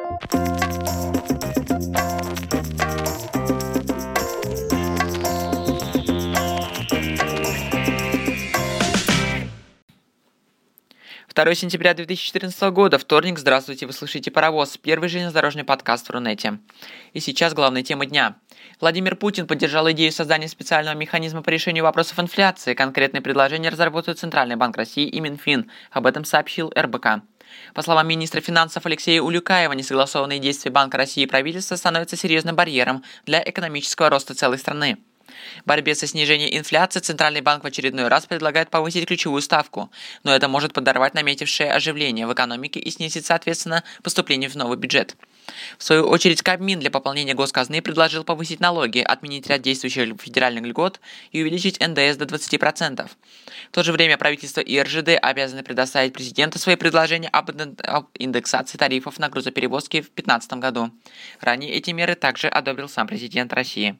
Второе сентября 2014 года, вторник. Здравствуйте, вы слышите «Паровоз», первый железнодорожный подкаст в Рунете. И сейчас главные темы дня. Владимир Путин поддержал идею создания специального механизма по решению вопросов инфляции. Конкретные предложения разработают Центральный банк России и Минфин. Об этом сообщил РБК. По словам министра финансов Алексея Улюкаева, несогласованные действия Банка России и правительства становятся серьезным барьером для экономического роста целой страны. В борьбе со снижением инфляции Центральный банк в очередной раз предлагает повысить ключевую ставку, но это может подорвать наметившее оживление в экономике и снизить, соответственно, поступление в новый бюджет. В свою очередь, Кабмин для пополнения госказны предложил повысить налоги, отменить ряд действующих федеральных льгот и увеличить НДС до 20%. В то же время правительство и РЖД обязаны предоставить президенту свои предложения об индексации тарифов на грузоперевозки в 2015 году. Ранее эти меры также одобрил сам президент России.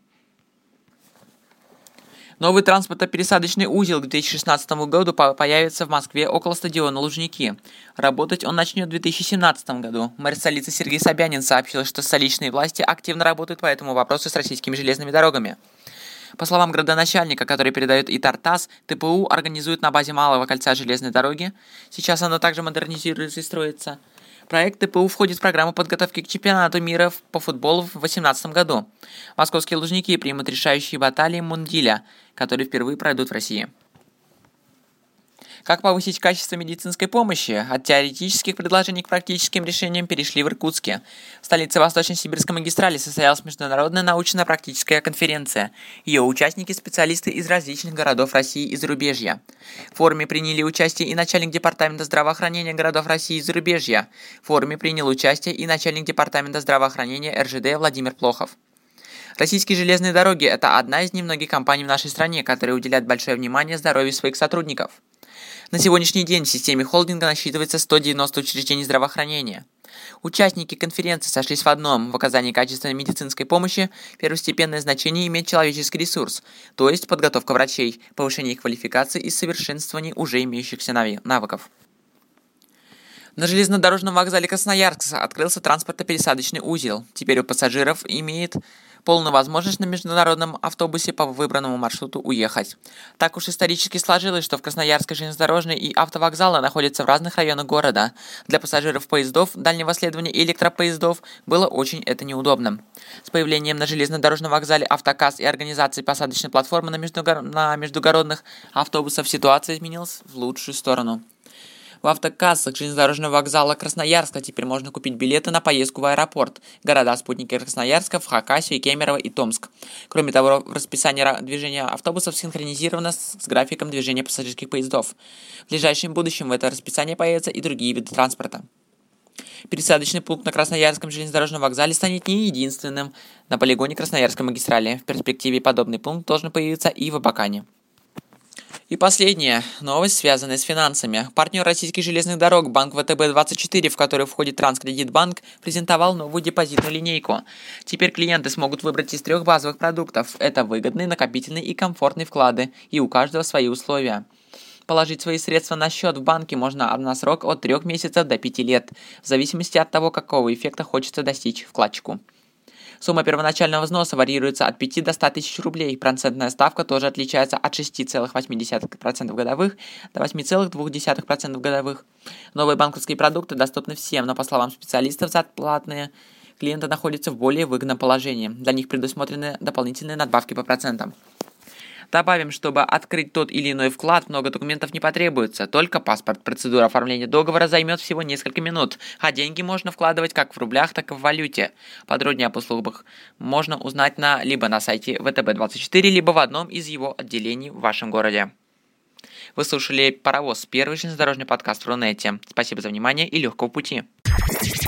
Новый транспортно-пересадочный узел к 2016 году появится в Москве около стадиона Лужники. Работать он начнет в 2017 году. Мэр столицы Сергей Собянин сообщил, что столичные власти активно работают по этому вопросу с российскими железными дорогами. По словам градоначальника, который передает и ТАРТАСС, ТПУ организует на базе Малого кольца железной дороги. Сейчас оно также модернизируется и строится. Проект ТПУ входит в программу подготовки к чемпионату мира по футболу в 2018 году. Московские Лужники примут решающие баталии Мундиля, которые впервые пройдут в России. Как повысить качество медицинской помощи? От теоретических предложений к практическим решениям перешли в Иркутске. В столице Восточно-Сибирской магистрали состоялась международная научно-практическая конференция. Ее участники – специалисты из различных городов России и зарубежья. В форуме приняли участие и начальник департамента здравоохранения городов России и зарубежья. В форуме принял участие и начальник департамента здравоохранения РЖД Владимир Плохов. Российские железные дороги – это одна из немногих компаний в нашей стране, которые уделяют большое внимание здоровью своих сотрудников. На сегодняшний день в системе холдинга насчитывается 190 учреждений здравоохранения. Участники конференции сошлись в одном: в оказании качественной медицинской помощи первостепенное значение имеет человеческий ресурс, то есть подготовка врачей, повышение их квалификации и совершенствование уже имеющихся навыков. На железнодорожном вокзале Красноярска открылся транспортно-пересадочный узел. Теперь у пассажиров имеет полную возможность на международном автобусе по выбранному маршруту уехать. Так уж исторически сложилось, что в Красноярске железнодорожные и автовокзалы находятся в разных районах города. Для пассажиров поездов дальнего следования и электропоездов было очень это неудобно. С появлением на железнодорожном вокзале «Автокасс» и организацией посадочной платформы на междугородных автобусах ситуация изменилась в лучшую сторону. В автокассах железнодорожного вокзала Красноярска теперь можно купить билеты на поездку в аэропорт, города-спутники Красноярска, в Хакасию, Кемерово и Томск. Кроме того, расписание движения автобусов синхронизировано с графиком движения пассажирских поездов. В ближайшем будущем в это расписание появятся и другие виды транспорта. Пересадочный пункт на Красноярском железнодорожном вокзале станет не единственным на полигоне Красноярской магистрали. В перспективе подобный пункт должен появиться и в Абакане. И последняя новость, связанная с финансами. Партнер российских железных дорог, банк ВТБ-24, в который входит Транскредитбанк, презентовал новую депозитную линейку. Теперь клиенты смогут выбрать из 3 базовых продуктов. Это выгодные, накопительные и комфортные вклады, и у каждого свои условия. Положить свои средства на счет в банке можно на срок от 3 месяцев до 5 лет, в зависимости от того, какого эффекта хочется достичь вкладчику. Сумма первоначального взноса варьируется от 5 до 100 тысяч рублей. Процентная ставка тоже отличается от 6,8% годовых до 8,2% годовых. Новые банковские продукты доступны всем, но, по словам специалистов, зарплатные клиенты находятся в более выгодном положении. Для них предусмотрены дополнительные надбавки по процентам. Добавим, чтобы открыть тот или иной вклад, много документов не потребуется, только паспорт. Процедура оформления договора займет всего несколько минут, а деньги можно вкладывать как в рублях, так и в валюте. Подробнее об услугах можно узнать либо на сайте ВТБ-24, либо в одном из его отделений в вашем городе. Вы слушали «Паровоз», первый железнодорожный подкаст в Рунете. Спасибо за внимание и легкого пути.